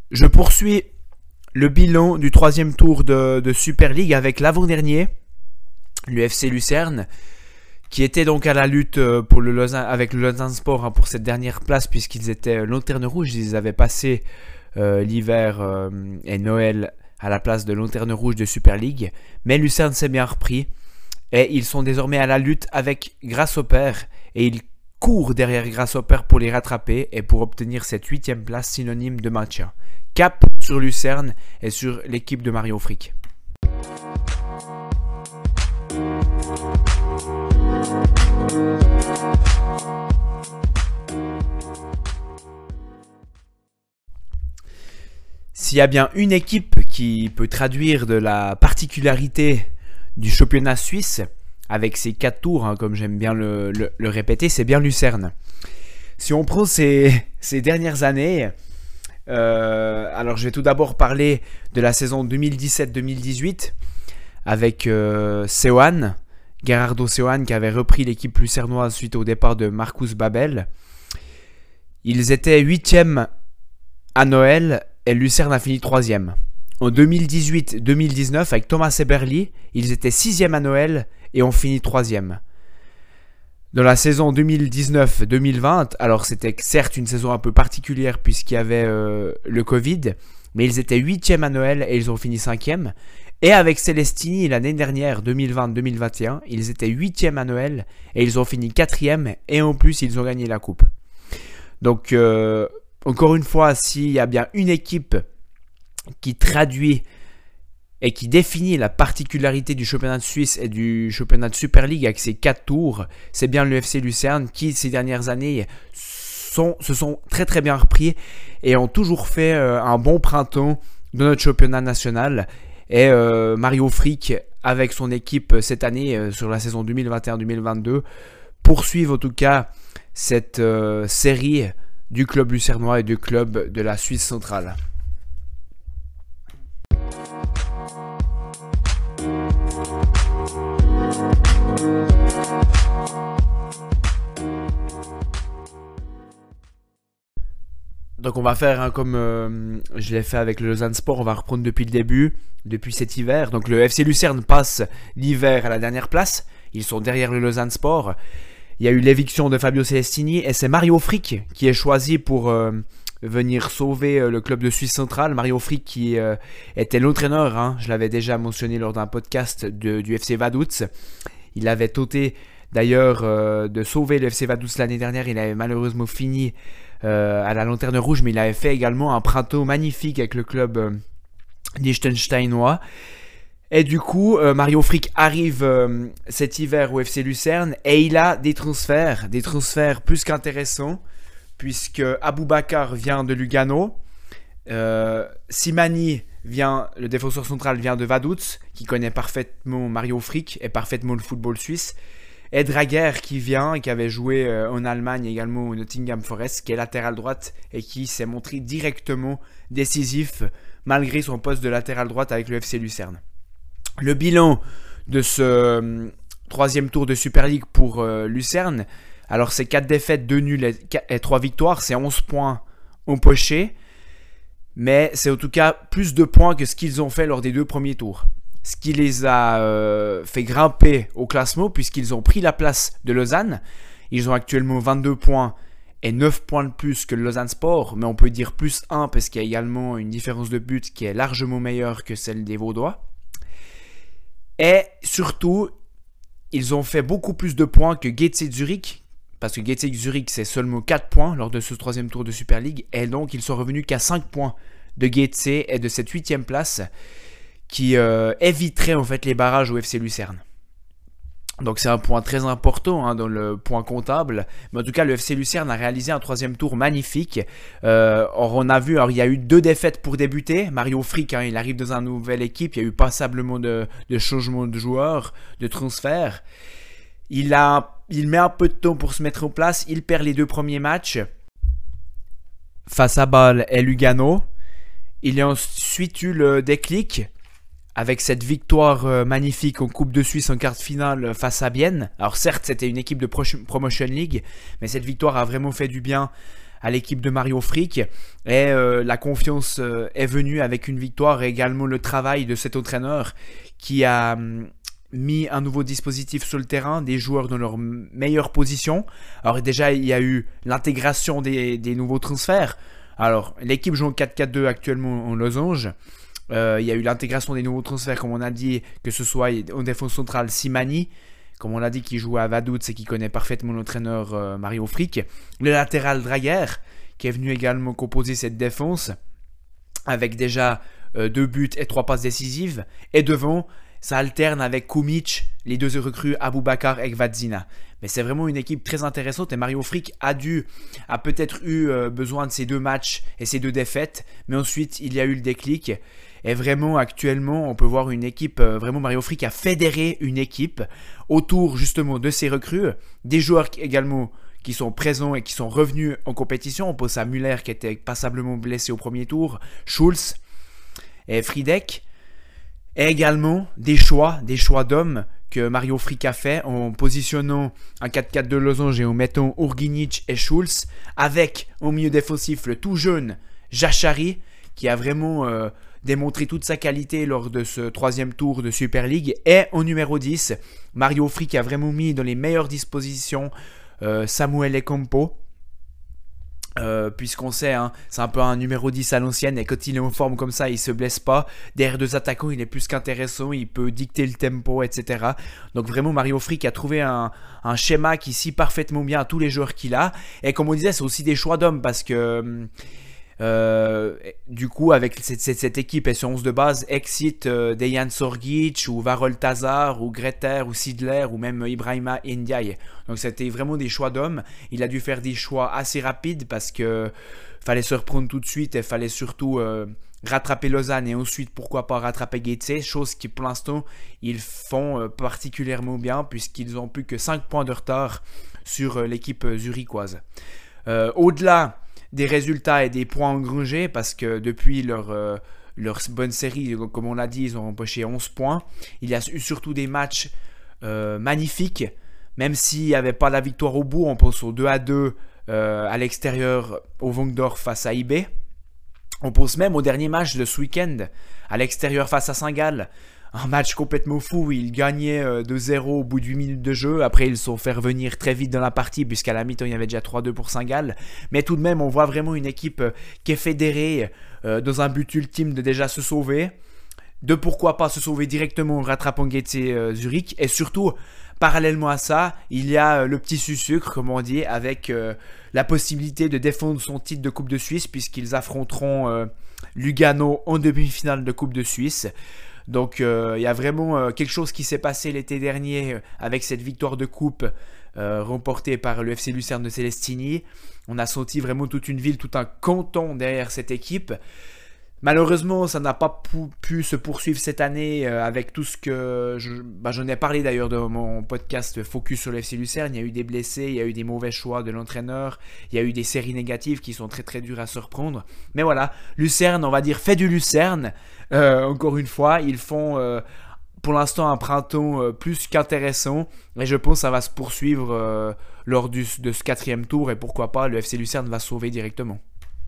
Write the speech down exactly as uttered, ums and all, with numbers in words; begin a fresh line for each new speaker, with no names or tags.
Je poursuis le bilan du troisième tour de, de Super League avec l'avant-dernier, le F C Lucerne, qui était donc à la lutte pour le Lausanne, avec le Lausanne Sport hein, pour cette dernière place, puisqu'ils étaient Lanterne Rouge. Ils avaient passé euh, l'hiver euh, et Noël à la place de Lanterne Rouge de Super League. Mais Lucerne s'est bien repris et ils sont désormais à la lutte avec Grasshopper et ils courent derrière Grasshopper pour les rattraper et pour obtenir cette huitième place synonyme de maintien. Cap sur Lucerne et sur l'équipe de Mario Frick. S'il y a bien une équipe qui peut traduire de la particularité du championnat suisse, avec ses quatre tours, hein, comme j'aime bien le, le, le répéter, c'est bien Lucerne. Si on prend ces, ces dernières années, euh, alors je vais tout d'abord parler de la saison deux mille dix-sept deux mille dix-huit, avec euh, Seoane, Gerardo Seoane qui avait repris l'équipe lucernoise suite au départ de Marcus Babel. Ils étaient huitième à Noël et Lucerne a fini troisième. En deux mille dix-huit deux mille dix-neuf, avec Thomas Eberli, ils étaient sixième à Noël et ont fini troisième. Dans la saison deux mille dix-neuf deux mille vingt, alors c'était certes une saison un peu particulière puisqu'il y avait euh, le Covid, mais ils étaient huitième à Noël et ils ont fini cinquième. Et avec Celestini l'année dernière, deux mille vingt deux mille vingt et un, ils étaient huitième à Noël et ils ont fini quatrième et en plus ils ont gagné la coupe. Donc euh, encore une fois, s'il y a bien une équipe qui traduit et qui définit la particularité du championnat de Suisse et du championnat de Super League avec ses quatre tours, c'est bien le F C Lucerne qui, ces dernières années, sont, se sont très très bien repris et ont toujours fait euh, un bon printemps dans notre championnat national. Et euh, Mario Frick, avec son équipe cette année, euh, sur la saison deux mille vingt et un deux mille vingt-deux, poursuivent en tout cas cette euh, série du club lucernois et du club de la Suisse centrale. Donc on va faire hein, comme euh, je l'ai fait avec le Lausanne Sport, on va reprendre depuis le début, depuis cet hiver. Donc le F C Lucerne passe l'hiver à la dernière place, ils sont derrière le Lausanne Sport. Il y a eu l'éviction de Fabio Celestini et c'est Mario Frick qui est choisi pour euh, venir sauver euh, le club de Suisse centrale. Mario Frick qui euh, était l'entraîneur, hein, je l'avais déjà mentionné lors d'un podcast de, du F C Vaduz. Il avait tenté d'ailleurs euh, de sauver le F C Vaduz l'année dernière, il avait malheureusement fini euh, à la Lanterne Rouge, mais il avait fait également un printemps magnifique avec le club euh, liechtensteinois. Et du coup, euh, Mario Frick arrive euh, cet hiver au F C Lucerne et il a des transferts, des transferts plus qu'intéressants, puisque Aboubakar vient de Lugano, euh, Simani vient, le défenseur central vient de Vaduz, qui connaît parfaitement Mario Frick et parfaitement le football suisse, et Drager qui vient et qui avait joué euh, en Allemagne également au Nottingham Forest, qui est latéral droite et qui s'est montré directement décisif malgré son poste de latéral droite avec le F C Lucerne. Le bilan de ce euh, troisième tour de Super League pour euh, Lucerne, alors c'est quatre défaites, deux nuls et, et trois victoires, c'est onze points empochés, mais c'est en tout cas plus de points que ce qu'ils ont fait lors des deux premiers tours. Ce qui les a euh, fait grimper au classement puisqu'ils ont pris la place de Lausanne. Ils ont actuellement vingt-deux points et neuf points de plus que le Lausanne Sport, mais on peut dire plus un parce qu'il y a également une différence de but qui est largement meilleure que celle des Vaudois. Et surtout, ils ont fait beaucoup plus de points que G C Zurich, parce que G C Zurich c'est seulement quatre points lors de ce troisième tour de Super League, et donc ils sont revenus qu'à cinq points de G C et de cette huitième place qui euh, éviterait en fait les barrages au F C Lucerne. Donc c'est un point très important hein, dans le point comptable, mais en tout cas le F C Lucerne a réalisé un troisième tour magnifique. Euh, or on a vu, alors il y a eu deux défaites pour débuter. Mario Frick, hein, il arrive dans une nouvelle équipe, il y a eu passablement de, de changements de joueurs, de transferts. Il, a, il met un peu de temps pour se mettre en place, il perd les deux premiers matchs face à Bâle et Lugano. Il y a ensuite eu le déclic avec cette victoire euh, magnifique en Coupe de Suisse en quart de finale face à Bienne. Alors certes, c'était une équipe de Promotion League, mais cette victoire a vraiment fait du bien à l'équipe de Mario Frick. Et euh, la confiance euh, est venue avec une victoire et également le travail de cet entraîneur qui a hum, mis un nouveau dispositif sur le terrain, des joueurs dans leur meilleure position. Alors déjà, il y a eu l'intégration des, des nouveaux transferts. Alors, l'équipe joue en quatre quatre deux actuellement en losange. Euh, il y a eu l'intégration des nouveaux transferts, comme on a dit, que ce soit en défense centrale Simani, comme on l'a dit, qui joue à Vaduz et qui connaît parfaitement l'entraîneur euh, Mario Frick. Le latéral Draguer, qui est venu également composer cette défense, avec déjà euh, deux buts et trois passes décisives. Et devant, ça alterne avec Kumic, les deux recrues Aboubakar et Gvadzina. Mais c'est vraiment une équipe très intéressante et Mario Frick a dû, a peut-être eu euh, besoin de ces deux matchs et ces deux défaites, mais ensuite il y a eu le déclic. Et vraiment actuellement on peut voir une équipe, euh, vraiment Mario Frick a fédéré une équipe autour justement de ses recrues, des joueurs également qui sont présents et qui sont revenus en compétition. On pense à Müller qui était passablement blessé au premier tour, Schulz et Friedek. Et également des choix, des choix d'hommes que Mario Frick a fait en positionnant un quatre quatre deux losange et en mettant Urginic et Schulz avec au milieu défensif le tout jeune Jachari qui a vraiment euh, démontré toute sa qualité lors de ce troisième tour de Super League. Et au numéro dix, Mario Frick a vraiment mis dans les meilleures dispositions euh, Samuel Ekampo. Euh, puisqu'on sait, hein, c'est un peu un numéro dix à l'ancienne et quand il est en forme comme ça, il se blesse pas. Derrière deux attaquants, il est plus qu'intéressant, il peut dicter le tempo, et cetera. Donc vraiment, Mario Frick a trouvé un, un schéma qui scie parfaitement bien à tous les joueurs qu'il a. Et comme on disait, c'est aussi des choix d'hommes parce que euh, du coup, avec cette, cette, cette équipe et ce onze de base, excite euh, Dejan Sorgic ou Varol Tazar ou Greter ou Sidler ou même Ibrahima Ndiaye. Donc c'était vraiment des choix d'hommes. Il a dû faire des choix assez rapides parce que fallait se reprendre tout de suite et fallait surtout euh, rattraper Lausanne et ensuite pourquoi pas rattraper Getse, chose qui pour l'instant ils font euh, particulièrement bien puisqu'ils ont plus que cinq points de retard sur euh, l'équipe zurichoise. Euh, au-delà des résultats et des points engrangés parce que depuis leur, euh, leur bonne série, comme on l'a dit, ils ont empoché onze points. Il y a eu surtout des matchs euh, magnifiques, même s'il n'y avait pas la victoire au bout. On pense au deux à deux euh, à l'extérieur au Vongdorf face à I B. On pense même au dernier match de ce week-end à l'extérieur face à Saint-Gall. Un match complètement fou où ils gagnaient deux zéro au bout de huit minutes de jeu. Après, ils se sont fait revenir très vite dans la partie puisqu'à la mi-temps, il y avait déjà trois deux pour Saint-Gall. Mais tout de même, on voit vraiment une équipe qui est fédérée euh, dans un but ultime de déjà se sauver. De pourquoi pas se sauver directement en rattrapant Getse euh, Zurich. Et surtout, parallèlement à ça, il y a euh, le petit sucre, comme on dit, avec euh, la possibilité de défendre son titre de Coupe de Suisse puisqu'ils affronteront euh, Lugano en demi-finale de Coupe de Suisse. Donc euh, il y a vraiment euh, quelque chose qui s'est passé l'été dernier euh, avec cette victoire de coupe euh, remportée par le F C Lucerne de Celestini. On a senti vraiment toute une ville, tout un canton derrière cette équipe. Malheureusement, ça n'a pas pu, pu se poursuivre cette année euh, avec tout ce que... Je, bah, j'en ai parlé d'ailleurs dans mon podcast Focus sur le F C Lucerne. Il y a eu des blessés, il y a eu des mauvais choix de l'entraîneur, il y a eu des séries négatives qui sont très très dures à se reprendre. Mais voilà, Lucerne, on va dire, fait du Lucerne. Euh, encore une fois, ils font euh, pour l'instant un printemps euh, plus qu'intéressant. Et je pense que ça va se poursuivre euh, lors du, de ce quatrième tour. Et pourquoi pas, le F C Lucerne va se sauver directement.